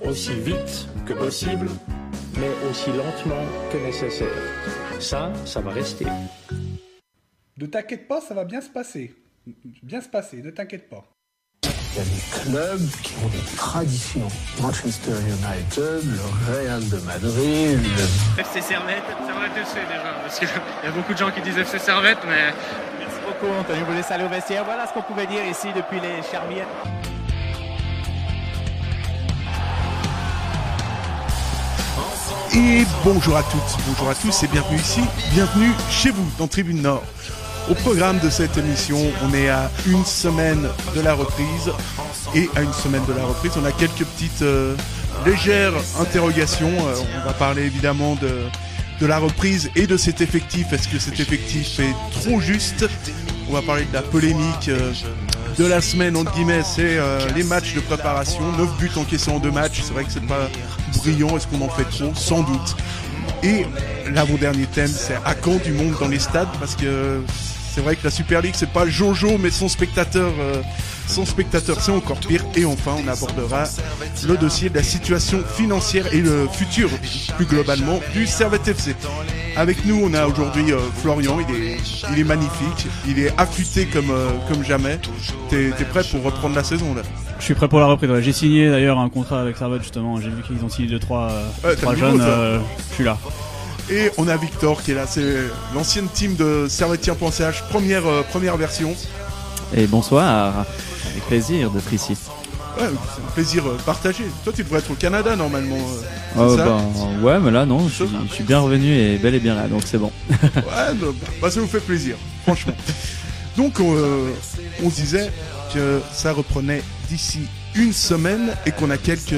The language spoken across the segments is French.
aussi vite que possible, mais aussi lentement que nécessaire. Ça va rester. Ne t'inquiète pas, ça va bien se passer. Bien se passer, ne t'inquiète pas. Il y a des clubs qui ont des traditions. Manchester United, le Real de Madrid, le... FC Servette FC déjà, parce qu'il y a beaucoup de gens qui disent FC Servette, mais... Merci beaucoup Anthony, vous laissez aller au vestiaire. Voilà ce qu'on pouvait dire ici depuis les Charmières. Et bonjour à toutes, bonjour à tous et bienvenue ici, bienvenue chez vous dans Tribune Nord. Au programme de cette émission, on est à une semaine de la reprise et à une semaine de la reprise, on a quelques petites légères interrogations. On va parler évidemment de la reprise et de cet effectif. Est-ce que cet effectif est trop juste ? On va parler de la polémique de la semaine, entre guillemets, c'est les matchs de préparation. 9 buts encaissés en 2 matchs, c'est vrai que c'est pas brillant. Est-ce qu'on en fait trop ? Sans doute. Et l'avant-dernier thème, c'est à quand du monde dans les stades ? Parce que c'est vrai que la Super League, c'est pas Jojo, mais son spectateur, c'est encore pire. Et enfin, on abordera le dossier de la situation financière et le futur, plus globalement, du Servette FC. Avec nous, on a aujourd'hui Florian, il est magnifique, il est affûté comme jamais. T'es prêt pour reprendre la saison là ? Je suis prêt pour la reprise, ouais. J'ai signé d'ailleurs un contrat avec Servette justement, j'ai vu qu'ils ont signé 2-3 jeunes, je suis là. Et on a Victor qui est là, c'est l'ancienne team de Servetien.ch, première version. Et bonsoir, avec plaisir d'être ici. Ouais, c'est un plaisir partagé. Toi, tu devrais être au Canada normalement. Ouais, mais là non, je suis bien revenu et bel et bien là, donc c'est bon. Ouais, ça vous fait plaisir, franchement. Donc, on se disait que ça reprenait d'ici une semaine et qu'on a quelques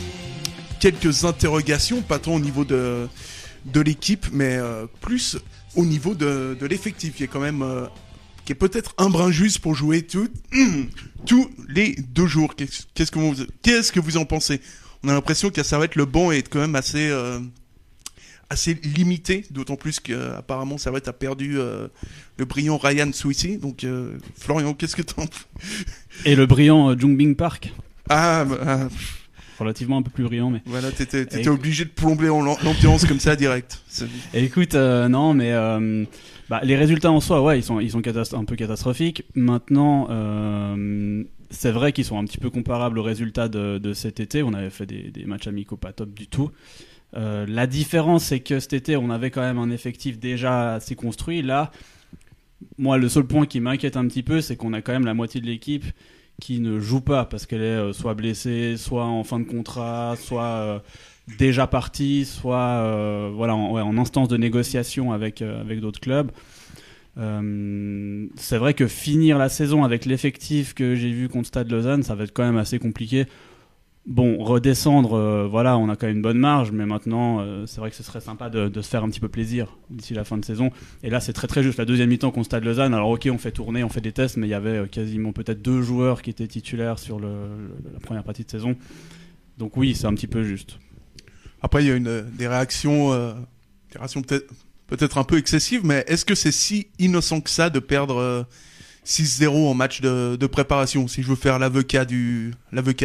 interrogations, pas tant au niveau de l'équipe, mais plus au niveau de l'effectif, qui est quand même qui est peut-être un brin juste pour jouer tous les 2 jours. Qu'est-ce que vous en pensez ? On a l'impression que ça va être le banc est quand même assez limité, d'autant plus qu'apparemment ça va être perdu le brillant Ryan Sweetie. Donc Florian, qu'est-ce que t'en Et le brillant Jungbing Park. Relativement un peu plus brillant, mais voilà, t'étais obligé de plomber l'ambiance comme ça direct. Écoute, non, mais les résultats en soi, ouais, ils sont un peu catastrophiques. Maintenant, c'est vrai qu'ils sont un petit peu comparables aux résultats de cet été. On avait fait des matchs amicaux pas top du tout. La différence, c'est que cet été, on avait quand même un effectif déjà assez construit. Là, moi, le seul point qui m'inquiète un petit peu, c'est qu'on a quand même la moitié de l'équipe qui ne joue pas parce qu'elle est soit blessée, soit en fin de contrat, soit déjà partie, soit en instance de négociation avec d'autres clubs. C'est vrai que finir la saison avec l'effectif que j'ai vu contre Stade Lausanne, ça va être quand même assez compliqué. Bon, redescendre, on a quand même une bonne marge, mais maintenant, c'est vrai que ce serait sympa de se faire un petit peu plaisir d'ici la fin de saison. Et là, c'est très très juste. La deuxième mi-temps contre Stade Lausanne, alors ok, on fait tourner, on fait des tests, mais il y avait quasiment peut-être 2 joueurs qui étaient titulaires sur la première partie de saison. Donc oui, c'est un petit peu juste. Après, il y a des réactions peut-être un peu excessives, mais est-ce que c'est si innocent que ça de perdre 6-0 en match de préparation, si je veux faire l'avocat du diable ?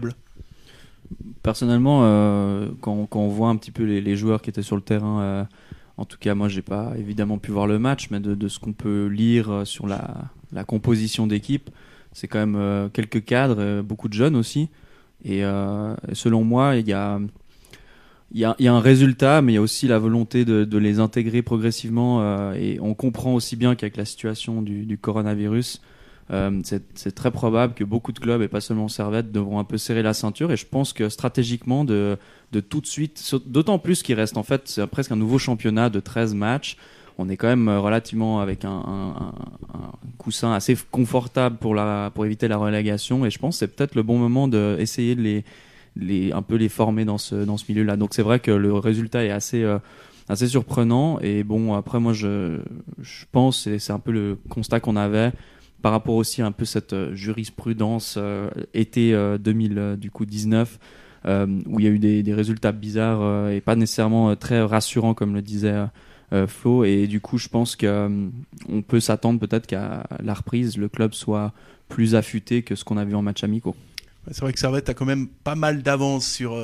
Personnellement, quand on voit un petit peu les joueurs qui étaient sur le terrain, en tout cas moi j'ai pas évidemment pu voir le match, mais de ce qu'on peut lire sur la composition d'équipe, c'est quand même quelques cadres, beaucoup de jeunes aussi, et selon moi il y a un résultat, mais il y a aussi la volonté de les intégrer progressivement, et on comprend aussi bien qu'avec la situation du coronavirus, c'est très probable que beaucoup de clubs, et pas seulement Servette, devront un peu serrer la ceinture. Et je pense que stratégiquement, de tout de suite, d'autant plus qu'il reste en fait c'est presque un nouveau championnat de 13 matchs. On est quand même relativement avec un coussin assez confortable pour éviter la relégation. Et je pense que c'est peut-être le bon moment d'essayer de un peu les former dans ce milieu-là. Donc c'est vrai que le résultat est assez surprenant. Et bon, après moi je pense, et c'est un peu le constat qu'on avait par rapport aussi à un peu cette jurisprudence été 2019, où il y a eu des résultats bizarres et pas nécessairement très rassurants comme le disait Flo, et du coup je pense qu'on peut s'attendre peut-être qu'à la reprise le club soit plus affûté que ce qu'on a vu en match amicaux. C'est vrai que Servette a quand même pas mal d'avance sur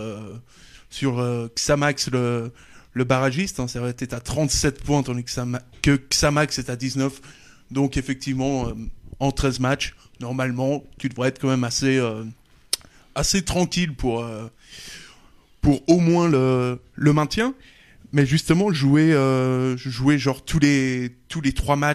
Xamax, le barragiste. Hein. Servette est à 37 points, tandis que Xamax est à 19. Donc effectivement, en 13 matchs, normalement, tu devrais être quand même assez tranquille pour au moins le maintien. Mais justement, jouer genre tous les 3 matchs,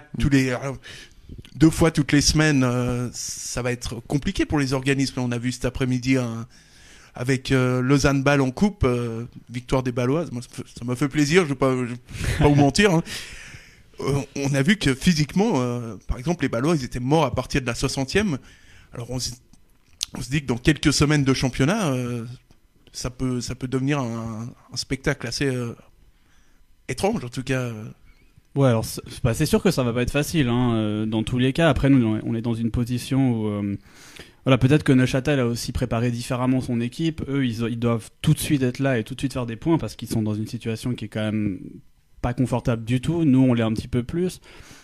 2 fois toutes les semaines, ça va être compliqué pour les organismes. On a vu cet après-midi avec Lausanne Bâle en coupe, victoire des Bâloises. Moi, ça m'a fait plaisir, je vais pas vous mentir. Hein. On a vu que physiquement, par exemple, les Bâlois, ils étaient morts à partir de la 60e. Alors on se dit que dans quelques semaines de championnat, ça peut devenir un spectacle assez étrange, en tout cas. Ouais, alors c'est sûr que ça va pas être facile, hein, dans tous les cas. Après, nous, on est dans une position où, voilà, peut-être que Neuchâtel a aussi préparé différemment son équipe. Eux, ils doivent tout de suite être là et tout de suite faire des points parce qu'ils sont dans une situation qui est quand même pas confortable du tout. Nous, on l'est un petit peu plus.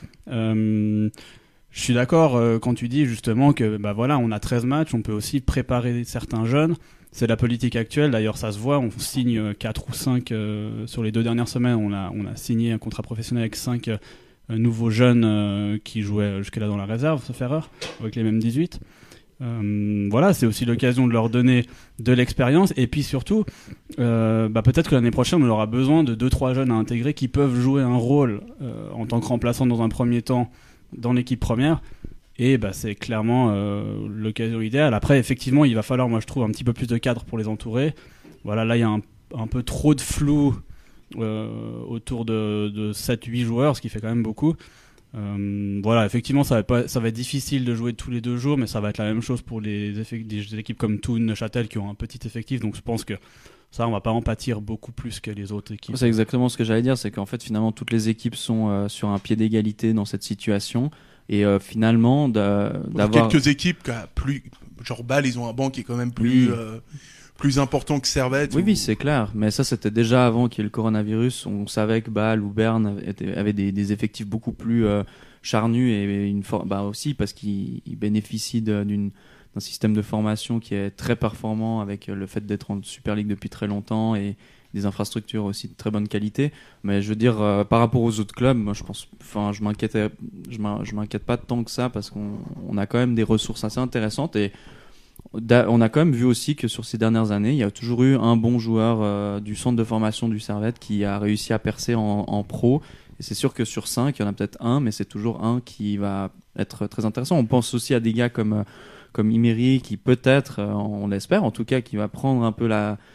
Je suis d'accord quand tu dis justement que, bah voilà, on a 13 matchs, on peut aussi préparer certains jeunes. C'est la politique actuelle, d'ailleurs ça se voit, on signe 4 ou 5 sur les 2 dernières semaines, on a signé un contrat professionnel avec 5 nouveaux jeunes qui jouaient jusqu'à là dans la réserve, sauf erreur, avec les mêmes 18. Voilà, c'est aussi l'occasion de leur donner de l'expérience, et puis surtout, peut-être que l'année prochaine on aura besoin de 2-3 jeunes à intégrer qui peuvent jouer un rôle en tant que remplaçant dans un premier temps dans l'équipe première. Et c'est clairement l'occasion idéale. Après, effectivement, il va falloir, moi je trouve, un petit peu plus de cadre pour les entourer. Voilà, là il y a un peu trop de flou autour de 7-8 joueurs, ce qui fait quand même beaucoup. Voilà, effectivement, ça va être difficile de jouer tous les 2 jours, mais ça va être la même chose pour des équipes comme Thun, Neuchâtel qui ont un petit effectif. Donc je pense que ça, on va pas en pâtir beaucoup plus que les autres équipes. C'est exactement ce que j'allais dire, c'est qu'en fait, finalement, toutes les équipes sont sur un pied d'égalité dans cette situation. Et finalement, d'avoir quelques équipes plus, genre Bâle, ils ont un banc qui est quand même plus important que Servette. Oui, c'est clair. Mais ça, c'était déjà avant qu'il y ait le coronavirus. On savait que Bâle ou Berne avaient des effectifs beaucoup plus charnus et aussi parce qu'ils bénéficient d'un système de formation qui est très performant avec le fait d'être en Super League depuis très longtemps et des infrastructures aussi de très bonne qualité. Mais je veux dire, par rapport aux autres clubs, moi je m'inquiète pas tant que ça parce qu'on a quand même des ressources assez intéressantes et on a quand même vu aussi que sur ces dernières années, il y a toujours eu un bon joueur du centre de formation du Servette qui a réussi à percer en pro. Et c'est sûr que sur 5, il y en a peut-être un, mais c'est toujours un qui va être très intéressant. On pense aussi à des gars comme Imery qui peut-être, on l'espère en tout cas, qui va prendre un peu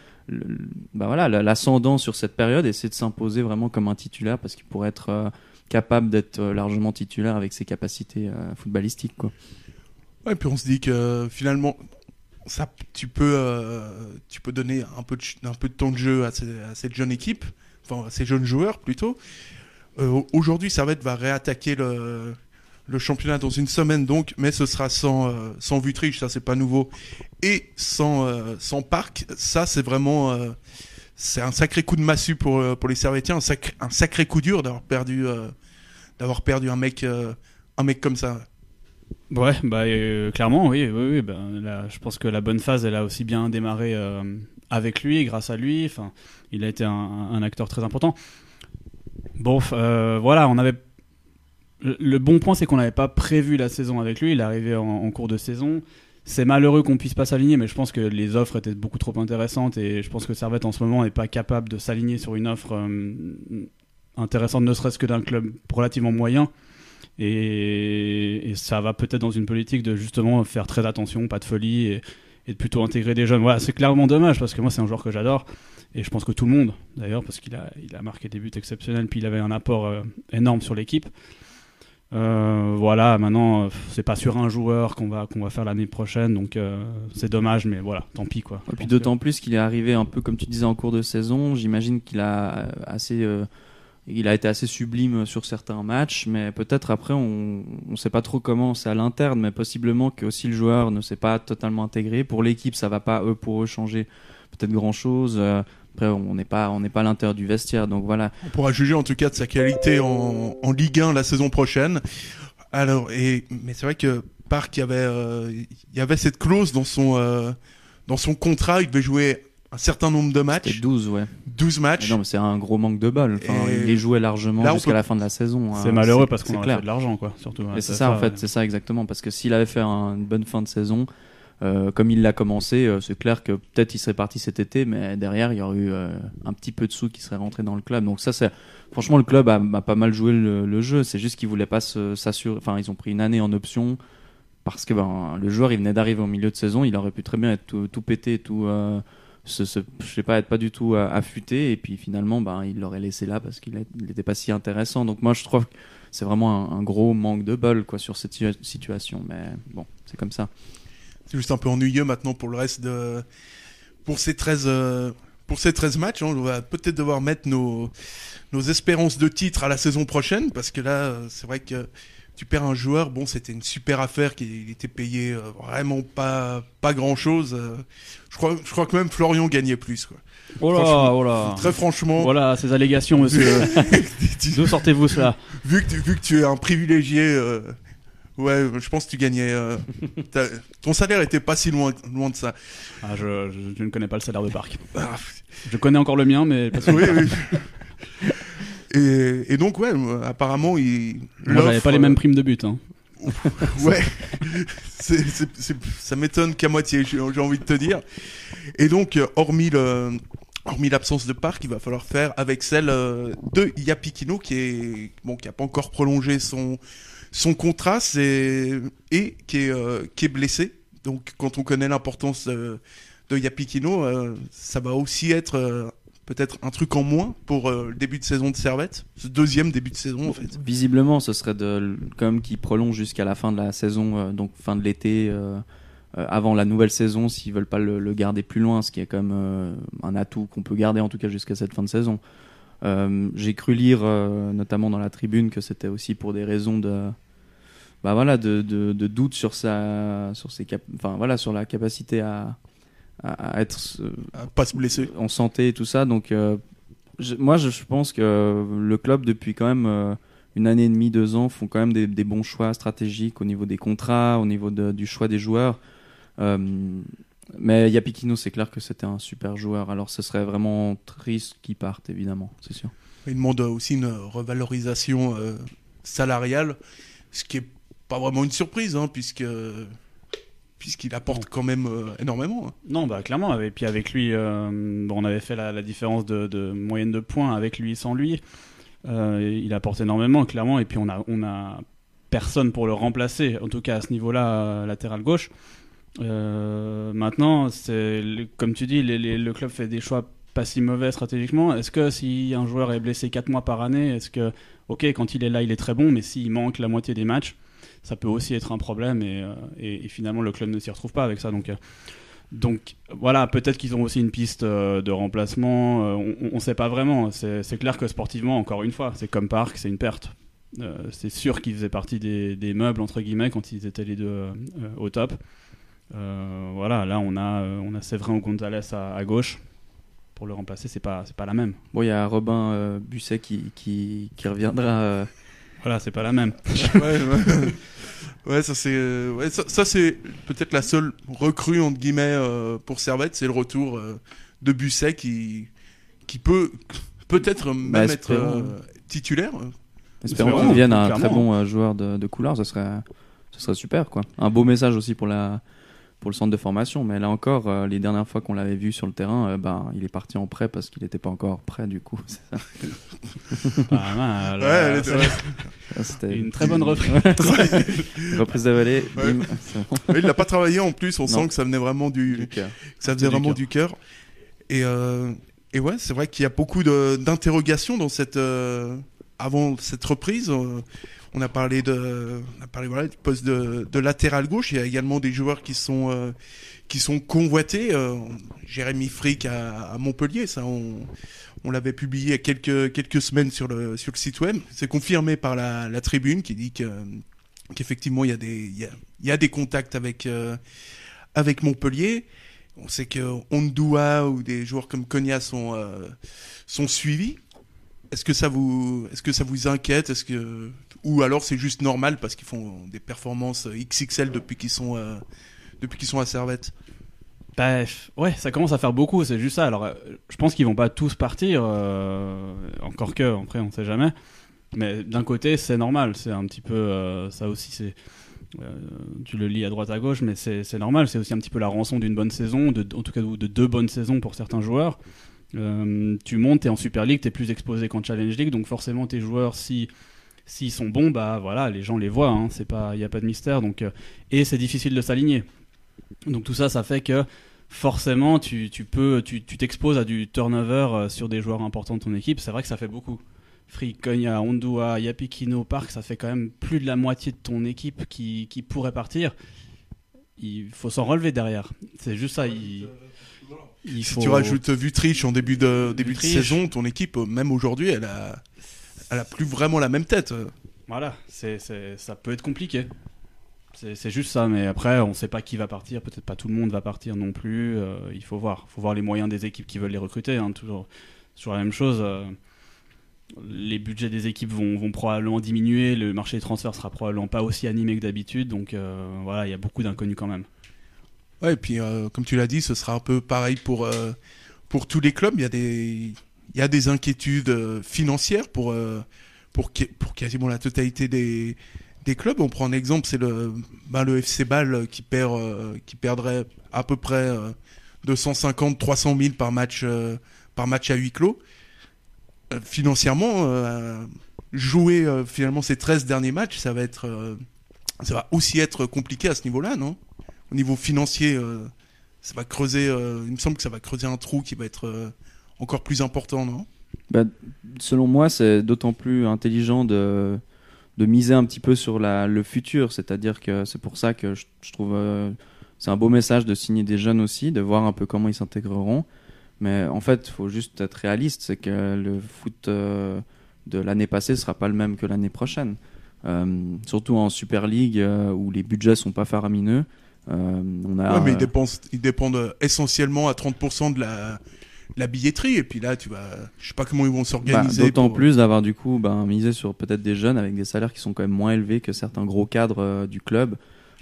l'ascendant sur cette période et essayer de s'imposer vraiment comme un titulaire parce qu'il pourrait être capable d'être largement titulaire avec ses capacités footballistiques, quoi. Ouais, puis on se dit que finalement ça, tu peux donner un peu de temps de jeu à cette jeune équipe, enfin à ces jeunes joueurs plutôt. Aujourd'hui, Servette va réattaquer le championnat dans une semaine donc, mais ce sera sans Vutriche, ça c'est pas nouveau, et sans Parc. Ça c'est vraiment c'est un sacré coup de massue pour les Servettiens, un sacré coup dur d'avoir perdu un mec comme ça. Ouais, clairement, oui. Là, je pense que la bonne phase elle a aussi bien démarré avec lui, grâce à lui. Enfin, il a été un acteur très important. Bon, voilà, on avait. Le bon point, c'est qu'on n'avait pas prévu la saison avec lui. Il est arrivé en cours de saison. C'est malheureux qu'on puisse pas s'aligner, mais je pense que les offres étaient beaucoup trop intéressantes et je pense que Servette en ce moment n'est pas capable de s'aligner sur une offre intéressante, ne serait-ce que d'un club relativement moyen. Et ça va peut-être dans une politique de justement faire très attention, pas de folie et de plutôt intégrer des jeunes. Voilà, c'est clairement dommage parce que moi c'est un joueur que j'adore et je pense que tout le monde d'ailleurs parce qu'il a marqué des buts exceptionnels puis il avait un apport énorme sur l'équipe. Voilà, maintenant c'est pas sur un joueur qu'on va faire l'année prochaine, donc c'est dommage, mais voilà, tant pis quoi. Et puis d'autant plus qu'il est arrivé un peu comme tu disais en cours de saison. J'imagine qu'il a il a été assez sublime sur certains matchs, mais peut-être après on sait pas trop comment c'est à l'interne, mais possiblement que aussi le joueur ne s'est pas totalement intégré. Pour l'équipe, ça va pas pour eux changer peut-être grand chose. Après, on n'est pas à l'intérieur du vestiaire, donc voilà. On pourra juger en tout cas de sa qualité en Ligue 1 la saison prochaine. Alors, mais c'est vrai que Park, il y avait cette clause dans son contrat, il devait jouer un certain nombre de matchs. C'était 12, ouais. 12 matchs. Mais non, mais c'est un gros manque de bol. Enfin, Et il les jouait largement là, jusqu'à la fin de la saison. C'est malheureux parce c'est qu'on clair. a fait de l'argent, quoi. Surtout. Et c'est ça, en fait, c'est ça exactement. Parce que s'il avait fait une bonne fin de saison, comme il l'a commencé, c'est clair que peut-être il serait parti cet été, mais derrière, il y aurait eu un petit peu de sous qui seraient rentrés dans le club. Donc ça, franchement, le club a pas mal joué le jeu. C'est juste qu'ils voulaient pas s'assurer. Enfin, ils ont pris une année en option parce que le joueur, il venait d'arriver au milieu de saison, il aurait pu très bien être tout pété, je sais pas, être pas du tout affûté, et puis finalement, il l'aurait laissé là parce qu'il n'était pas si intéressant. Donc moi, je trouve que c'est vraiment un gros manque de bol, quoi, sur cette situation. Mais bon, c'est comme ça. C'est juste un peu ennuyeux maintenant pour le reste pour ces 13 matchs. On va peut-être devoir mettre nos espérances de titre à la saison prochaine, parce que là, c'est vrai que tu perds un joueur. Bon, c'était une super affaire, qu'il était payé vraiment pas grand chose. Je crois que même Florian gagnait plus, quoi. Oh là. Très franchement. Voilà ces allégations, monsieur. D'où sortez-vous cela? Vu que tu es un privilégié, ouais, je pense que tu gagnais. Ton salaire était pas si loin de ça. Ah, je ne connais pas le salaire de Park. Ah. Je connais encore le mien, mais pas celui de Park. Et donc, ouais, apparemment, moi, j'avais pas les mêmes primes de but. Hein. Ouais, ça m'étonne qu'à moitié, j'ai envie de te dire. Et donc, hormis l'absence de Park, il va falloir faire avec celle de Yapikino, qui a pas encore prolongé son contrat, et qui est blessé. Donc, quand on connaît l'importance de Yapikino, ça va aussi être peut-être un truc en moins pour le début de saison de Servette, ce deuxième début de saison en fait. Visiblement, ce serait quand même qu'il prolonge jusqu'à la fin de la saison, donc fin de l'été, avant la nouvelle saison, s'ils veulent pas le garder plus loin, ce qui est quand même un atout qu'on peut garder en tout cas jusqu'à cette fin de saison. J'ai cru lire, notamment dans la tribune, que c'était aussi pour des raisons de doute sur la capacité à être à pas se blesser en santé et tout ça. Donc moi je pense que le club, depuis quand même une année et demie, 2 ans, font quand même des bons choix stratégiques au niveau des contrats, au niveau du choix des joueurs. Mais Yapikino, c'est clair que c'était un super joueur, alors ce serait vraiment triste qu'il parte, évidemment, c'est sûr. Il demande aussi une revalorisation salariale, ce qui est pas vraiment une surprise, hein, puisqu'il apporte quand même énormément. Non, clairement. Et puis avec lui, on avait fait la différence de moyenne de points avec lui, sans lui. Il apporte énormément, clairement. Et puis on a personne pour le remplacer, en tout cas à ce niveau-là, latéral gauche. Maintenant, comme tu dis, le club fait des choix pas si mauvais stratégiquement. Est-ce que si un joueur est blessé 4 mois par année, est-ce que, ok, quand il est là, il est très bon, mais s'il manque la moitié des matchs, ça peut aussi être un problème, et finalement le club ne s'y retrouve pas avec ça. Donc voilà, peut-être qu'ils ont aussi une piste de remplacement, on ne sait pas vraiment. C'est clair que sportivement, encore une fois, c'est comme Park, c'est une perte. C'est sûr qu'ils faisaient partie des meubles, entre guillemets, quand ils étaient les deux au top. Voilà, là on a Séverin Gonzalez à gauche. Pour le remplacer, c'est pas la même. Bon, il y a Robin Busset qui reviendra. Voilà, c'est pas la même. Ouais, ça c'est peut-être la seule recrue entre guillemets pour Servette, c'est le retour de Busset qui peut peut-être même être titulaire. Espérons qu'il devienne un très bon joueur de couleur, ce serait super, quoi. Un beau message aussi pour le centre de formation, mais là encore, les dernières fois qu'on l'avait vu sur le terrain, il est parti en prêt parce qu'il n'était pas encore prêt, du coup. C'est ça. C'était une très bonne reprise. Reprise de volée. Ouais. Il l'a pas travaillé en plus, on sent que ça venait vraiment du cœur. Ça faisait vraiment du cœur. Et ouais, c'est vrai qu'il y a beaucoup d'interrogations dans avant cette reprise. On a parlé du poste de latéral gauche. Il y a également des joueurs qui sont convoités. Jérémy Frick à Montpellier, ça on l'avait publié il y a quelques semaines sur le site web. C'est confirmé par la tribune qui dit qu'effectivement il y a des contacts avec Montpellier. On sait que Ondua ou des joueurs comme Konya sont suivis. Est-ce que ça vous inquiète? Ou alors c'est juste normal parce qu'ils font des performances XXL depuis qu'ils sont à Servette? Bah, ouais, ça commence à faire beaucoup, c'est juste ça. Alors, je pense qu'ils vont pas tous partir, encore que, après, on sait jamais. Mais d'un côté, c'est normal, c'est un petit peu, ça aussi, c'est, tu le lis à droite à gauche, mais c'est normal, c'est aussi un petit peu la rançon d'une bonne saison, en tout cas de 2 bonnes saisons pour certains joueurs. Tu montes, t'es en Super League, t'es plus exposé qu'en Challenge League, donc forcément tes joueurs, s'ils sont bons, bah voilà, les gens les voient, hein, y a pas de mystère, donc, et c'est difficile de s'aligner. Donc tout ça, ça fait que forcément, tu t'exposes à du turnover sur des joueurs importants de ton équipe. C'est vrai que ça fait beaucoup. Frick, Konya, Ondua, Yapikino, Park, ça fait quand même plus de la moitié de ton équipe qui pourrait partir. Il faut s'en relever derrière. C'est juste ça. Si tu rajoutes Vutric en début de saison, ton équipe, même aujourd'hui, elle a plus vraiment la même tête. Voilà, ça peut être compliqué. C'est juste ça, mais après, on ne sait pas qui va partir. Peut-être pas tout le monde va partir non plus. Il faut voir les moyens des équipes qui veulent les recruter. Hein, toujours la même chose. Les budgets des équipes vont probablement diminuer. Le marché des transferts sera probablement pas aussi animé que d'habitude. Donc voilà, il y a beaucoup d'inconnus quand même. Ouais, et puis comme tu l'as dit, ce sera un peu pareil pour tous les clubs. Il y a des inquiétudes financières pour quasiment la totalité des clubs. On prend un exemple, c'est le FC Bâle qui perdrait à peu près 250-300 000 par match à huis clos. Financièrement, jouer finalement ces 13 derniers matchs, ça va aussi être compliqué à ce niveau-là, non? Au niveau financier, ça va creuser. Il me semble que ça va creuser un trou qui va être encore plus important, non? Bah, selon moi, c'est d'autant plus intelligent de miser un petit peu sur le futur, c'est-à-dire que c'est pour ça que je trouve c'est un beau message de signer des jeunes aussi, de voir un peu comment ils s'intégreront. Mais en fait, il faut juste être réaliste, c'est que le foot de l'année passée ne sera pas le même que l'année prochaine. Surtout en Super League où les budgets ne sont pas faramineux. Ouais, mais ils dépendent essentiellement à 30% de la billetterie, et puis là je sais pas comment ils vont s'organiser. D'autant plus d'avoir du coup misé sur peut-être des jeunes avec des salaires qui sont quand même moins élevés que certains gros cadres du club,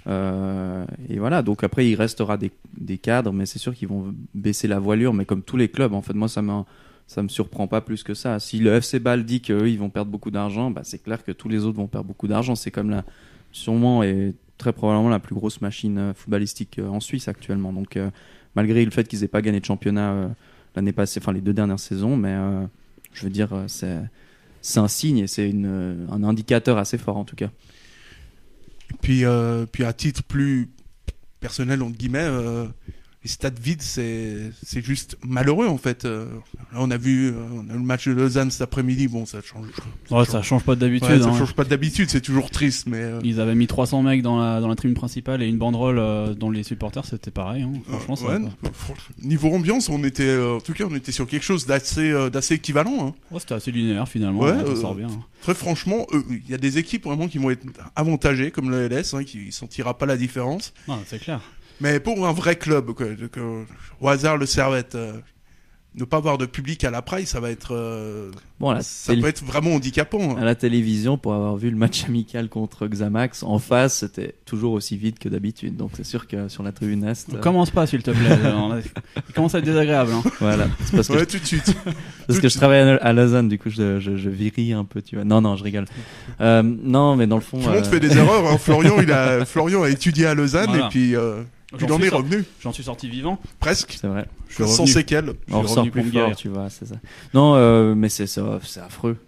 et voilà, donc après il restera des cadres, mais c'est sûr qu'ils vont baisser la voilure, mais comme tous les clubs en fait. Moi ça me surprend pas plus que ça. Si le FC Bâle dit qu'eux ils vont perdre beaucoup d'argent, c'est clair que tous les autres vont perdre beaucoup d'argent. C'est comme sûrement et très probablement la plus grosse machine footballistique en Suisse actuellement, donc malgré le fait qu'ils aient pas gagné de championnat l'année passée, enfin les 2 dernières saisons, mais je veux dire, c'est un signe et c'est un indicateur assez fort en tout cas. Puis à titre plus personnel entre guillemets, les stades vides, c'est juste malheureux en fait. Là, on a vu le match de Lausanne cet après-midi. Bon, ça change. Ça change pas d'habitude. Ouais, ça change pas d'habitude. C'est toujours triste, mais. Ils avaient mis 300 mecs dans la tribune principale et une banderole dont les supporters, c'était pareil. Hein. Franchement, niveau ambiance, on était sur quelque chose d'assez équivalent. Hein. Ouais, c'était assez linéaire finalement. Ouais, ça sort bien. Très franchement, il y a des équipes vraiment qui vont être avantagées, comme le LS, qui sentira pas la différence. Non, c'est clair. Mais pour un vrai club, au hasard le Servette, ne pas avoir de public à la Praille, ça va être, ça peut être vraiment handicapant. À la télévision, pour avoir vu le match amical contre Xamax, en face, c'était toujours aussi vide que d'habitude. Donc c'est sûr que sur la tribune Est... Commence pas, s'il te plaît. Il commence à être désagréable. Hein. Voilà. C'est parce que tout de suite. Parce que je travaille à Lausanne, du coup je virille un peu, tu vois. Non, je rigole. Non, mais dans le fond... Tout le monde fait des erreurs. Hein. Florian a étudié à Lausanne, voilà. Et puis... il en est revenu. J'en suis sorti vivant. Presque. C'est vrai. Sans séquelles. On ressort plus fort, tu vois, c'est ça. Non, mais c'est affreux.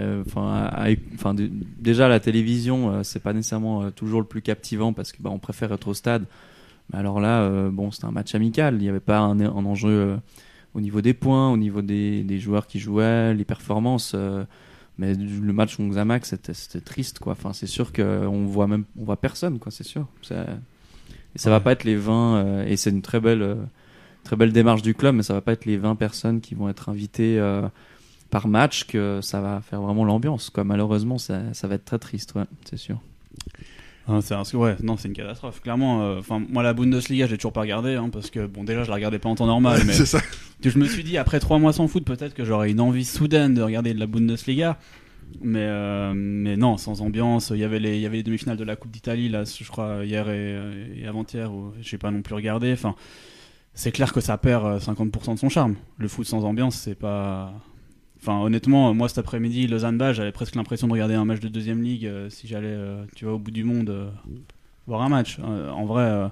Déjà la télévision, c'est pas nécessairement toujours le plus captivant parce que on préfère être au stade. Mais alors là, c'était un match amical. Il n'y avait pas un enjeu au niveau des points, au niveau des joueurs qui jouaient, les performances. Mais le match contre Xamax, c'était triste, quoi. Enfin, c'est sûr qu'on voit personne, quoi. C'est sûr. Et ça va pas être les 20, et c'est une très belle démarche du club, mais ça va pas être les 20 personnes qui vont être invitées par match que ça va faire vraiment l'ambiance, quoi. Malheureusement, ça va être très triste, ouais, c'est sûr. C'est une catastrophe. Clairement, moi la Bundesliga, j'ai toujours pas regardé, parce que déjà je la regardais pas en temps normal, mais c'est ça. je me suis dit après 3 mois sans foot, peut-être que j'aurais une envie soudaine de regarder de la Bundesliga, mais non, sans ambiance. Il y avait les demi-finales de la Coupe d'Italie là, je crois hier et avant-hier, où j'ai pas non plus regardé. Enfin, c'est clair que ça perd 50% de son charme. Le foot sans ambiance, c'est pas. Enfin, honnêtement, moi cet après-midi, Lausanne-Bâle, j'avais presque l'impression de regarder un match de deuxième ligue si j'allais, au bout du monde voir un match. En vrai,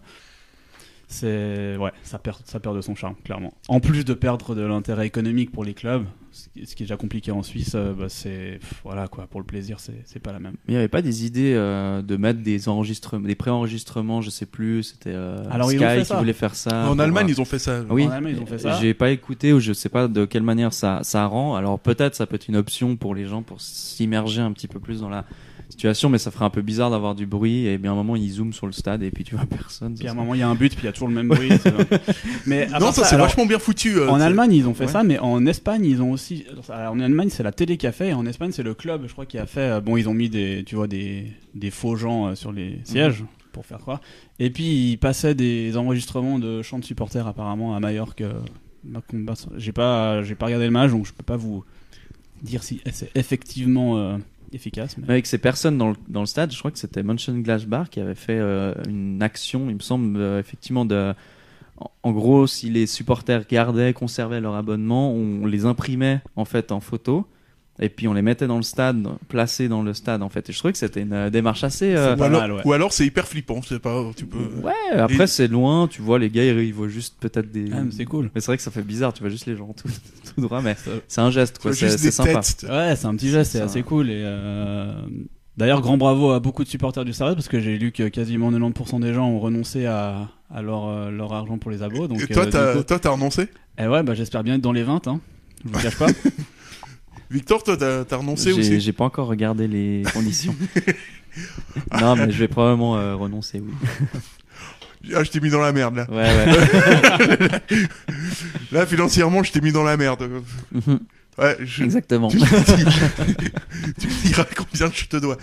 ça perd de son charme, clairement. En plus de perdre de l'intérêt économique pour les clubs, ce qui est déjà compliqué en Suisse, pour le plaisir, c'est pas la même. Mais il n'y avait pas des idées de mettre des pré-enregistrements, je sais plus, c'était Sky qui voulait faire ça. En Allemagne, ils ont fait ça. Oui, en Allemagne, ils ont fait ça. J'ai pas écouté, ou je sais pas de quelle manière ça rend. Alors peut-être ça peut être une option pour les gens pour s'immerger un petit peu plus dans la situation, mais ça ferait un peu bizarre d'avoir du bruit et bien à un moment ils zooment sur le stade et puis tu vois personne. Puis à un moment il y a un but, puis il y a toujours le même bruit. Mais non, ça c'est vachement bien foutu. En Allemagne ils ont fait ça, mais en Espagne ils ont aussi. En Allemagne c'est la télé qui a fait, et en Espagne c'est le club, je crois, qui a fait. Ils ont mis des faux gens sur les sièges pour faire croire. Et puis ils passaient des enregistrements de chants de supporters apparemment à Majorque. J'ai pas regardé le match, donc je peux pas vous dire si c'est effectivement efficace. Mais avec ces personnes dans le stade, je crois que c'était Mönchengladbach qui avait fait une action, il me semble, effectivement, en gros, si les supporters conservaient leur abonnement, on les imprimait en fait en photo et puis on les mettait dans le stade, placés dans le stade en fait. Et je trouvais que c'était une démarche assez ou alors c'est hyper flippant, c'est pas, tu peux. Ouais, après c'est loin, tu vois les gars ils voient juste peut-être des. mais c'est cool. Mais c'est vrai que ça fait bizarre, tu vois juste les gens tout droit, mais c'est un geste quoi, c'est sympa. Ouais, c'est un petit geste, c'est assez cool. Et d'ailleurs, grand bravo à beaucoup de supporters du Servette, parce que j'ai lu que quasiment 90% des gens ont renoncé à leur argent pour les abos. Donc, et toi, t'as renoncé? Eh ouais, j'espère bien être dans les 20, je vous cache pas. Victor, toi, t'as renoncé aussi? J'ai pas encore regardé les conditions. Non, mais je vais probablement renoncer, oui. Ah, je t'ai mis dans la merde, là. Ouais. Là, financièrement, je t'ai mis dans la merde. Ouais, exactement. Tu me diras combien je te dois.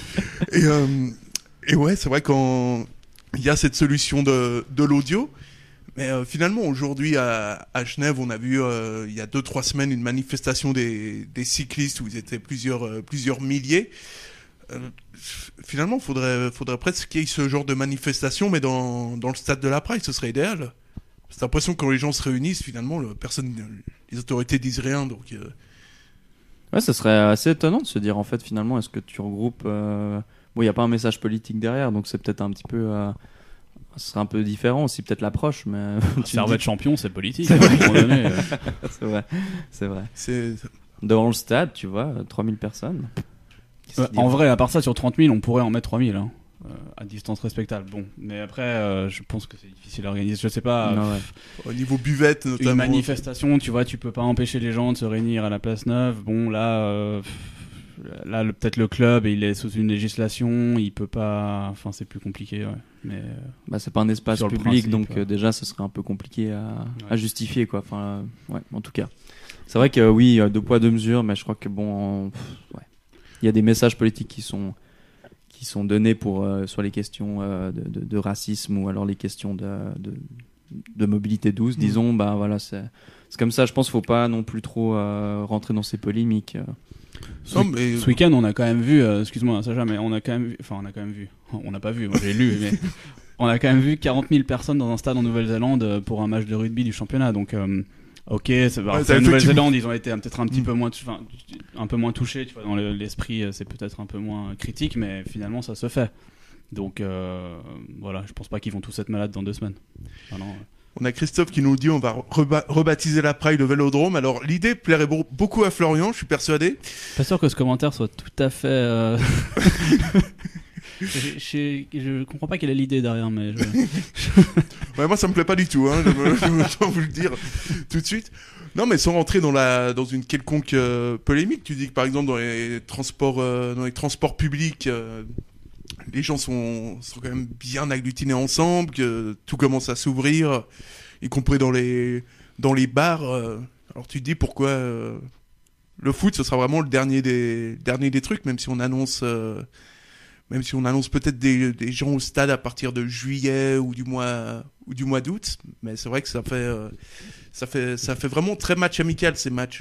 Et ouais, c'est vrai quand il y a cette solution de l'audio, mais finalement aujourd'hui à Genève, on a vu il y a 2-3 semaines une manifestation des cyclistes où ils étaient plusieurs milliers. Finalement, faudrait presque qu'il y ait ce genre de manifestation, mais dans le stade de la Praille, ce serait idéal. C'est l'impression que quand les gens se réunissent, finalement, les autorités disent rien, donc. Ouais, ça serait assez étonnant de se dire, en fait, finalement, est-ce que tu regroupes. Bon, il n'y a pas un message politique derrière, donc c'est peut-être un petit peu. Ce serait un peu différent aussi, peut-être l'approche, mais. Servette champion, c'est politique. C'est vrai. C'est vrai. Devant le stade, tu vois, 3000 personnes. En vrai, à part ça, sur 30 000, on pourrait en mettre 3000, à distance respectable. Bon, mais après, je pense que c'est difficile à organiser. Je sais pas. Au niveau buvette, notamment. Une manifestation, tu vois, tu peux pas empêcher les gens de se réunir à la Place Neuve. Bon, là, peut-être le club, il est sous une législation, il peut pas. Enfin, c'est plus compliqué, ouais. Mais c'est pas un espace public, principe, donc déjà, ce serait un peu compliqué à justifier, quoi. Enfin, ouais, en tout cas. C'est vrai que oui, 2 poids 2 mesures, mais je crois que ouais. Il y a des messages politiques qui sont donnés pour sur les questions de racisme ou alors les questions de mobilité douce, disons. Voilà, c'est comme ça. Je pense qu'il faut pas non plus trop rentrer dans ces polémiques. Ce week-end, on a quand même vu, excuse-moi Sacha, mais on a quand même vu, on n'a pas vu, moi j'ai lu, mais on a quand même vu 40 000 personnes dans un stade en Nouvelle-Zélande pour un match de rugby du championnat, donc ok, la Nouvelle-Zélande, ils ont été peut-être un petit peu moins, un peu moins touchés, tu vois, dans l'esprit, c'est peut-être un peu moins critique, mais finalement ça se fait. Donc voilà, je pense pas qu'ils vont tous être malades dans 2 semaines. On a Christophe qui nous dit on va rebaptiser la Praille le Vélodrome. Alors l'idée plairait beaucoup à Florian, je suis persuadé. Pas sûr que ce commentaire soit tout à fait. Je comprends pas quelle est l'idée derrière, mais ouais, moi ça me plaît pas du tout, je veux vous le dire tout de suite. Non, mais sans rentrer dans une quelconque polémique, tu dis que par exemple dans les transports publics, les gens sont quand même bien agglutinés ensemble, que tout commence à s'ouvrir, y compris dans les bars. Alors tu te dis pourquoi le foot ce sera vraiment le dernier des trucs, même si on annonce même si on annonce peut-être des gens au stade à partir de juillet ou du mois d'août, mais c'est vrai que ça fait vraiment très match amical ces matchs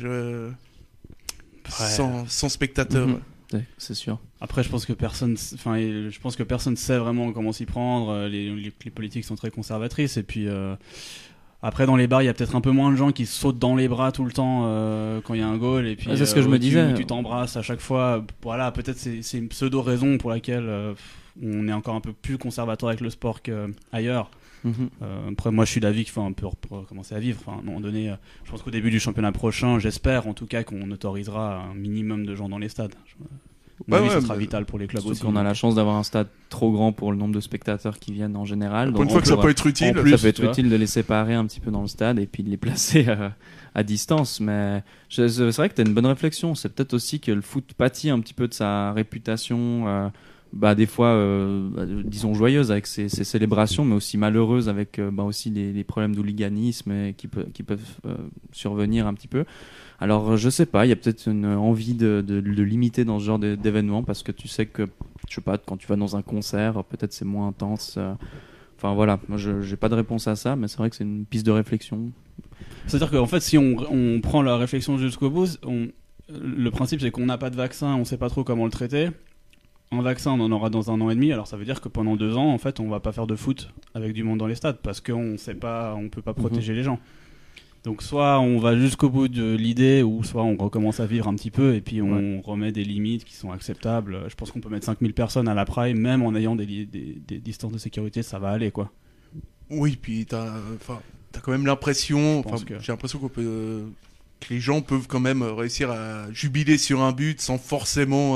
sans spectateurs. Ouais, c'est sûr. Après, je pense que personne sait vraiment comment s'y prendre. Les politiques sont très conservatrices. Et puis, après, dans les bars, il y a peut-être un peu moins de gens qui sautent dans les bras tout le temps quand il y a un goal. Et puis, c'est ce que je me disais. Tu t'embrasses à chaque fois. Voilà, peut-être c'est une pseudo-raison pour laquelle on est encore un peu plus conservateur avec le sport qu'ailleurs. Après, moi, je suis d'avis qu'il faut un peu recommencer à vivre. Enfin, à un moment donné, je pense qu'au début du championnat prochain, j'espère en tout cas qu'on autorisera un minimum de gens dans les stades. Ça sera vital pour les clubs aussi. On a la chance d'avoir un stade trop grand pour le nombre de spectateurs qui viennent en général. Pour une fois que ça peut être utile. Ça peut être utile de les séparer un petit peu dans le stade et puis de les placer à distance. Mais c'est vrai que tu as une bonne réflexion. C'est peut-être aussi que le foot pâtit un petit peu de sa réputation. Des fois, disons joyeuse avec ses célébrations, mais aussi malheureuse avec aussi les problèmes d'hooliganisme qui peuvent survenir un petit peu. Alors, je sais pas, il y a peut-être une envie de limiter dans ce genre d'événements parce que tu sais que, je sais pas, quand tu vas dans un concert, peut-être c'est moins intense. Enfin voilà, moi j'ai pas de réponse à ça, mais c'est vrai que c'est une piste de réflexion. C'est-à-dire qu'en fait, si on prend la réflexion jusqu'au bout, le principe c'est qu'on n'a pas de vaccin, on sait pas trop comment le traiter. Un vaccin, on en aura dans 1 an et demi, alors ça veut dire que pendant 2 ans, en fait, on va pas faire de foot avec du monde dans les stades parce qu'on sait pas, on peut pas protéger les gens. Donc soit on va jusqu'au bout de l'idée, ou soit on recommence à vivre un petit peu et puis on remet des limites qui sont acceptables. Je pense qu'on peut mettre 5000 personnes à la Prime, même en ayant des distances de sécurité, ça va aller, quoi. Oui, puis t'as quand même l'impression, j'ai l'impression que les gens peuvent quand même réussir à jubiler sur un but sans forcément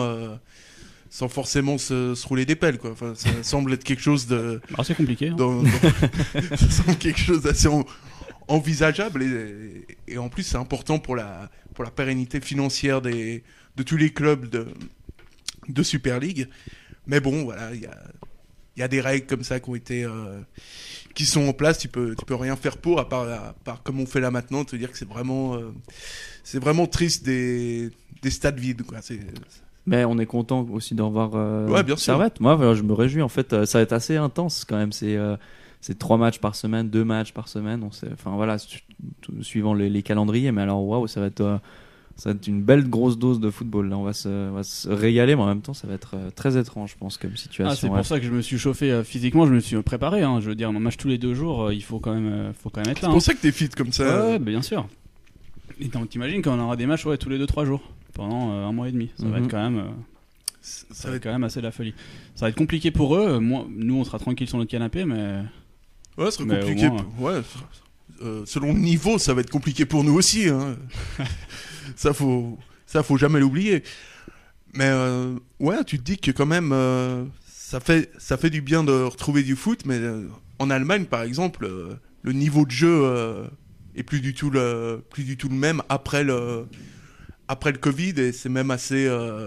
se rouler des pelles, quoi. Enfin, ça semble être quelque chose de... c'est compliqué. Ça semble quelque chose d'assez envisageable et en plus c'est important pour la pérennité financière de tous les clubs de Super League. Mais bon, voilà, il y a des règles comme ça qui sont en place. Tu peux rien faire pour à part comme on fait là maintenant, te dire que c'est vraiment triste des stades vides, quoi. Mais on est content aussi d'en voir bien Servette. sûr. Moi, je me réjouis. En fait, ça va être assez intense quand même. C'est 3 matchs par semaine, 2 matchs par semaine. Enfin voilà, suivant les calendriers. Mais alors, waouh, ça va être une belle grosse dose de football. Là, on va se régaler, mais en même temps, ça va être très étrange, je pense, comme situation. C'est pour ça que je me suis chauffé physiquement. Je me suis préparé. Je veux dire, un match tous les 2 jours, il faut quand même être là. C'est pour ça que t'es fit comme ça. Ouais, bien sûr. Et donc, t'imagines qu'on aura des matchs tous les 2-3 jours pendant 1 mois et demi. Ça va être quand même. Ça va être quand même assez la folie. Ça va être compliqué pour eux. Nous, on sera tranquille sur notre canapé, mais. Ouais, ça sera compliqué. Selon le niveau, ça va être compliqué pour nous aussi. Hein. ça faut jamais l'oublier. Mais tu te dis que quand même, ça fait du bien de retrouver du foot. Mais en Allemagne, par exemple, le niveau de jeu est plus du tout le même après le Covid, et c'est même assez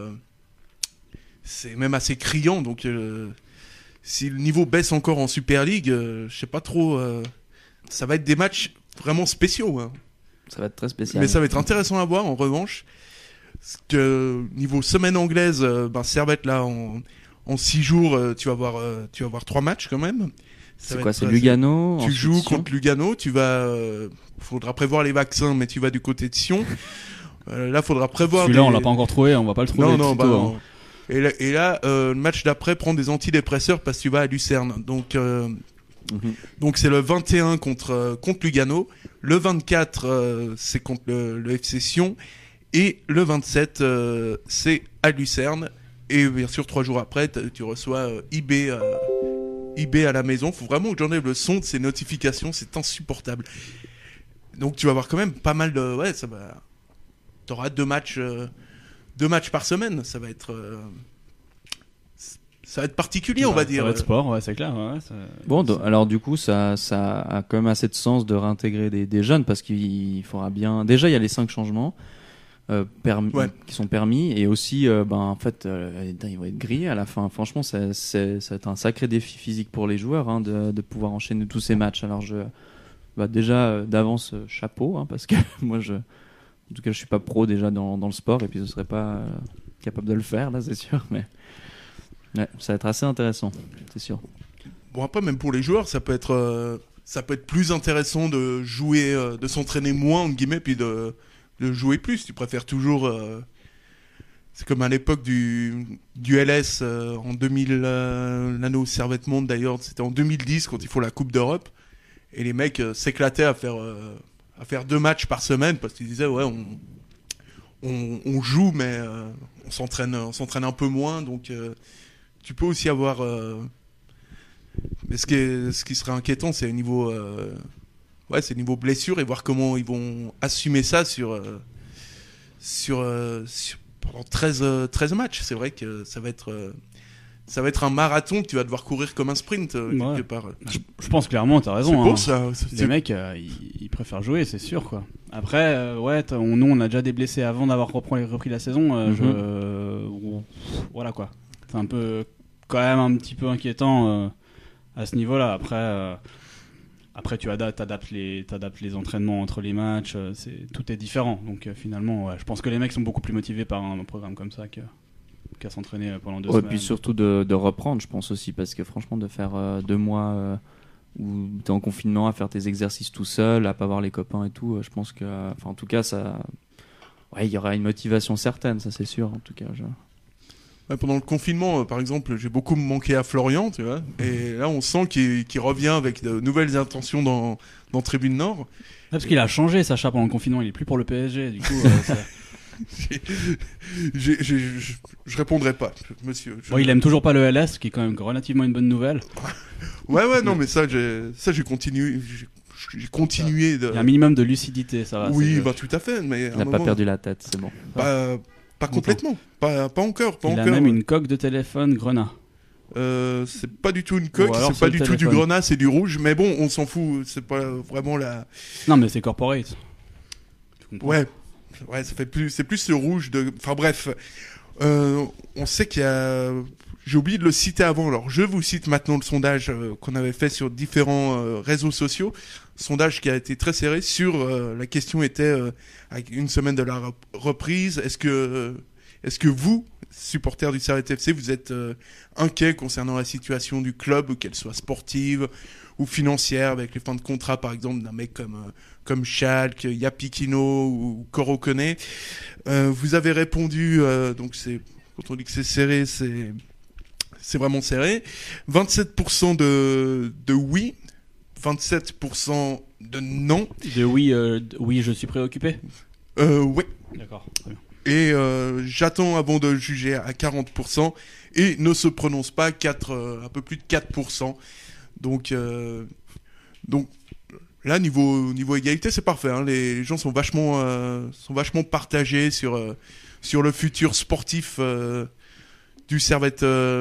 criant. Donc si le niveau baisse encore en Super League, je sais pas trop, ça va être des matchs vraiment spéciaux, hein. Ça va être très spécial. Mais ça va être intéressant à voir en revanche, parce que niveau semaine anglaise, Servette là en 6 jours, tu vas voir 3 matchs quand même. C'est quoi, c'est Lugano? Tu joues contre Lugano, faudra prévoir les vaccins, mais tu vas du côté de Sion. Là, faudra prévoir. Celui-là, on l'a pas encore trouvé, on va pas le trouver. Non. Et là, le match d'après, prends des antidépresseurs parce que tu vas à Lucerne. Donc c'est le 21 contre Lugano. Le 24, c'est contre le FC Sion. Et le 27, c'est à Lucerne. Et bien sûr, 3 jours après, tu reçois IB à la maison. Faut vraiment que j'enlève le son de ces notifications, c'est insupportable. Donc tu vas avoir quand même pas mal de... Ouais, ça va... T'auras 2 matchs par semaine. Ça va être particulier, on va dire. Ça va être sport, ouais, c'est clair. Ouais, alors du coup, ça a quand même assez de sens de réintégrer des jeunes parce qu'il faudra bien... Déjà, il y a les 5 changements qui sont permis, et aussi, en fait, ils vont être grillés à la fin. Franchement, ça va être un sacré défi physique pour les joueurs de pouvoir enchaîner tous ces matchs. Alors déjà d'avance, chapeau, hein, parce que moi, en tout cas, je suis pas pro déjà dans le sport, et puis je serais pas capable de le faire là, c'est sûr. Ouais, ça va être assez intéressant, c'est sûr. Bon, après, même pour les joueurs, ça peut être plus intéressant de jouer, de s'entraîner moins, entre guillemets, puis de jouer plus. Tu préfères toujours... c'est comme à l'époque du LS en 2000, l'anneau au Servette Monde d'ailleurs, c'était en 2010 quand il faut la Coupe d'Europe. Et les mecs s'éclataient à faire 2 matchs par semaine parce qu'ils disaient, ouais, on joue, mais on s'entraîne un peu moins. Donc, tu peux aussi avoir... mais ce qui serait inquiétant, c'est au niveau, c'est niveau blessure et voir comment ils vont assumer ça pendant 13 matchs. C'est vrai que ça va être un marathon que tu vas devoir courir comme un sprint quelque part. Je pense clairement, t'as raison. C'est pour ça. Les mecs, ils préfèrent jouer, c'est sûr, quoi. Après, nous, on a déjà des blessés avant d'avoir repris la saison. Voilà, quoi. C'est un peu, quand même, un petit peu inquiétant à ce niveau-là. Après, tu t'adaptes les entraînements entre les matchs. Tout est différent. Donc, finalement, je pense que les mecs sont beaucoup plus motivés par un programme comme ça qu'à s'entraîner pendant 2 semaines. Et puis surtout de reprendre, je pense aussi, parce que franchement, de faire 2 mois où t'es en confinement à faire tes exercices tout seul, à pas voir les copains et tout, je pense que, en tout cas, il y aura une motivation certaine, ça c'est sûr, en tout cas. Pendant le confinement, par exemple, j'ai beaucoup manqué à Florian, tu vois, et là on sent qu'il revient avec de nouvelles intentions dans Tribune Nord. Parce qu'il a changé Sacha pendant le confinement, il est plus pour le PSG, du coup. Je répondrai pas, monsieur. Il aime toujours pas le LS, ce qui est quand même relativement une bonne nouvelle. Non, mais ça j'ai continué. J'ai continué de. Il y a un minimum de lucidité, ça va. Oui, tout à fait, mais il n'a pas perdu la tête, c'est bon. Pas complètement, pas encore. Il a même une coque de téléphone Grenat. C'est pas du tout une coque, c'est pas du tout du Grenat, c'est du rouge. Mais bon, on s'en fout, c'est pas vraiment la. Non, mais c'est corporate. Ouais, c'est plus le rouge de. Enfin bref, on sait qu'il y a. J'ai oublié de le citer avant. Alors je vous cite maintenant le sondage qu'on avait fait sur différents réseaux sociaux. Sondage qui a été très serré sur la question était avec une semaine de la reprise. Est-ce que vous, supporters du Servette FC, vous êtes inquiets concernant la situation du club, qu'elle soit sportive ou financière, avec les fins de contrat par exemple d'un mec comme Schalke, Yapikino ou Koro Kone. Vous avez répondu, donc c'est quand on dit que c'est serré, c'est vraiment serré. 27% de oui, 27% de non. De oui, je suis préoccupé. Ouais. D'accord. Très bien. Et j'attends avant de juger à 40% et ne se prononce pas un peu plus de 4%. Donc là niveau égalité c'est parfait. Hein. Les gens sont vachement partagés sur le futur sportif du Servette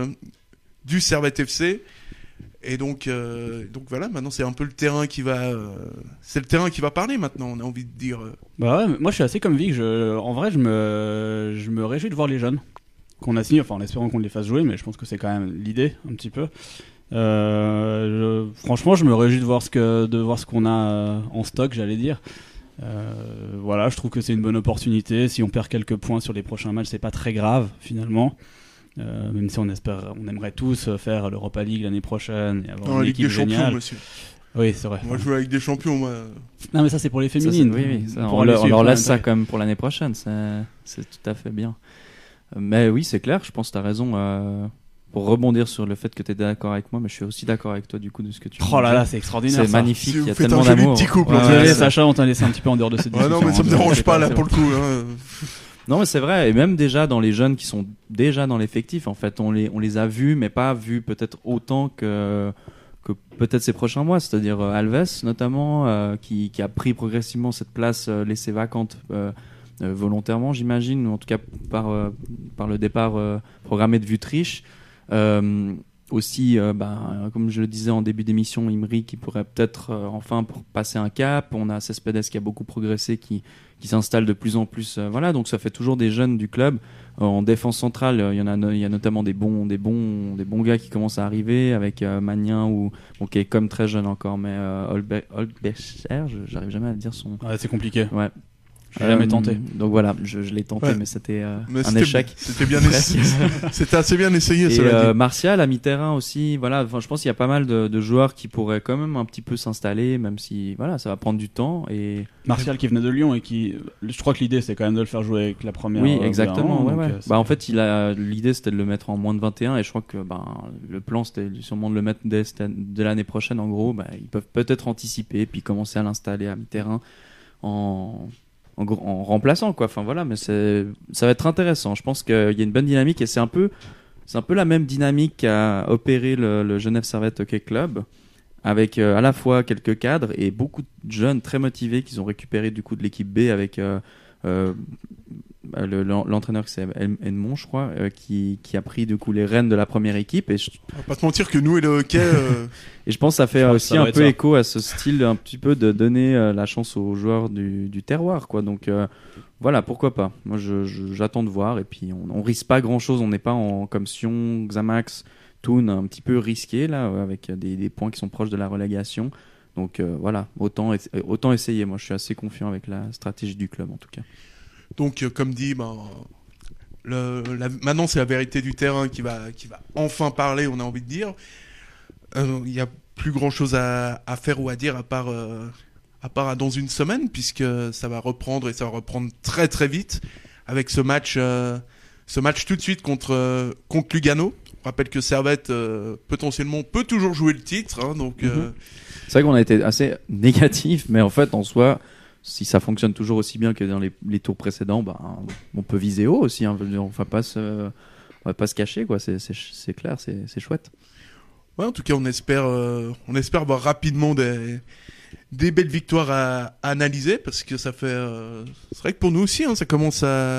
FC. Et donc voilà, maintenant c'est un peu le terrain qui va parler maintenant, on a envie de dire. Bah ouais, moi je suis assez comme Vic, en vrai je me réjouis de voir les jeunes qu'on a signés, enfin en espérant qu'on les fasse jouer, mais je pense que c'est quand même l'idée un petit peu. Franchement je me réjouis de voir ce qu'on a en stock, j'allais dire. Voilà, je trouve que c'est une bonne opportunité. Si on perd quelques points sur les prochains matchs, c'est pas très grave finalement. Même si on aimerait tous faire l'Europa League l'année prochaine et avoir une équipe géniale. Champions, monsieur. Oui, c'est vrai. Moi, je veux avec des champions, moi. Non, mais ça, c'est pour les féminines. On leur laisse ça quand même pour l'année prochaine. C'est tout à fait bien. Mais oui, c'est clair. Je pense que tu as raison. Pour rebondir sur le fait que tu es d'accord avec moi, mais je suis aussi d'accord avec toi du coup de ce que tu dis. Oh là là, c'est extraordinaire. C'est magnifique. Si il y a faites tellement un joli d'amour. petit couple. Sacha, on t'a laissé un petit peu en dehors de cette discussion. Non, mais ça me dérange pas là pour le coup. Hein. Non, mais c'est vrai, et même déjà dans les jeunes qui sont déjà dans l'effectif, en fait, on les a vus, mais pas vus peut-être autant que peut-être ces prochains mois, c'est-à-dire Alves notamment, qui a pris progressivement cette place laissée vacante volontairement, j'imagine, ou en tout cas par le départ programmé de Vutriche. Aussi, comme je le disais en début d'émission, Imri qui pourrait peut-être enfin pour passer un cap. On a Cespedes qui a beaucoup progressé, qui s'installe de plus en plus. Voilà, donc ça fait toujours des jeunes du club. En défense centrale, il y a notamment des bons gars qui commencent à arriver avec Magnin qui est comme très jeune encore, mais Holbecher, j'arrive jamais à dire son. Ouais, c'est compliqué. Ouais. J'ai jamais tenté. Donc voilà, je l'ai tenté, Ouais. mais c'était Mais un échec. C'était bien essayé. C'était assez bien essayé, Et cela dit. Martial à mi-terrain aussi, voilà. Enfin, je pense qu'il y a pas mal de joueurs qui pourraient quand même un petit peu s'installer, même si voilà, ça va prendre du temps. Et Martial qui venait de Lyon et qui, je crois que l'idée c'est quand même de le faire jouer avec la première. oui, exactement. donc, Ouais. c'est- Bah en fait, l'idée c'était de le mettre en moins de 21 et je crois que le plan c'était sûrement de le mettre dès l'année prochaine. En gros, ils peuvent peut-être anticiper puis commencer à l'installer à mi-terrain en remplaçant quoi. Enfin voilà, mais ça va être intéressant. Je pense qu'il y a une bonne dynamique et c'est un peu la même dynamique qu'a opéré le Genève Servette Hockey Club, avec à la fois quelques cadres et beaucoup de jeunes très motivés qu'ils ont récupéré du coup de l'équipe B avec l'entraîneur qui s'appelle Edmond, je crois, qui a pris du coup les rênes de la première équipe et On va pas te mentir que nous et le hockey, et je pense que ça fait Je pense aussi que ça un doit peu être ça. écho à ce style un petit peu de donner la chance aux joueurs du terroir, quoi. Donc voilà, pourquoi pas. Moi, j'attends de voir. Et puis, on risque pas grand-chose. On n'est pas comme Sion, Xamax, Toon, un petit peu risqué là, avec des points qui sont proches de la relégation. Donc voilà, autant essayer. Moi, je suis assez confiant avec la stratégie du club, en tout cas. donc comme dit, maintenant c'est la vérité du terrain qui va enfin parler, on a envie de dire. Il y a plus grand chose à faire ou à dire à part dans une semaine, puisque ça va reprendre et ça va reprendre très très vite avec ce match tout de suite contre Lugano. On rappelle que Servette potentiellement peut toujours jouer le titre, hein, donc C'est vrai qu'on a été assez négatif, mais en fait, en soi, si ça fonctionne toujours aussi bien que dans les tours précédents, on peut viser haut aussi. Hein. On va pas se cacher, quoi. C'est clair, c'est chouette. ouais, en tout cas on espère voir rapidement des belles victoires à analyser, parce que ça fait c'est vrai que pour nous aussi, hein, ça commence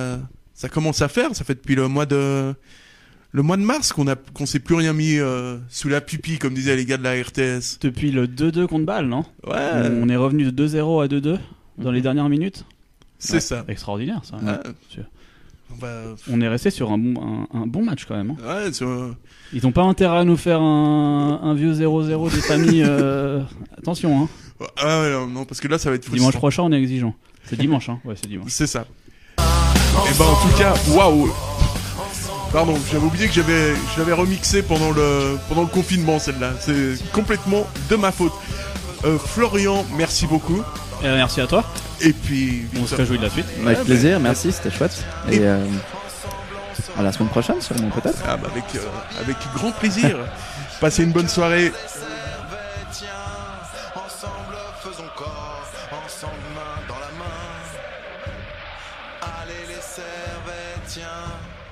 à faire. Ça fait depuis le mois de mars qu'on s'est plus rien mis sous la pupille, comme disaient les gars de la RTS. Depuis le 2-2 contre Bâle, non? Ouais, On est revenu de 2-0 à 2-2 dans les dernières minutes. c'est Ouais, ça. Extraordinaire ça. Ouais. On est resté sur un bon match quand même. Hein. Ouais, Ils n'ont pas intérêt à nous faire un vieux 0-0 des familles. Attention, hein. non, parce que là ça va être frustrant. Dimanche prochain, on est exigeant. C'est dimanche, hein. Ouais, c'est dimanche. C'est ça. Et en tout cas, waouh. Pardon, j'avais oublié que je l'avais remixé pendant le confinement, celle-là. C'est complètement de ma faute. Florian, merci beaucoup. Merci à toi. Et puis, On se réjouit de la suite. Avec plaisir, merci, c'était chouette. Et à la semaine prochaine, sûrement, peut-être. avec grand plaisir. Passez une bonne soirée. Ensemble, faisons corps, ensemble, main dans la main. Allez les Servettiens.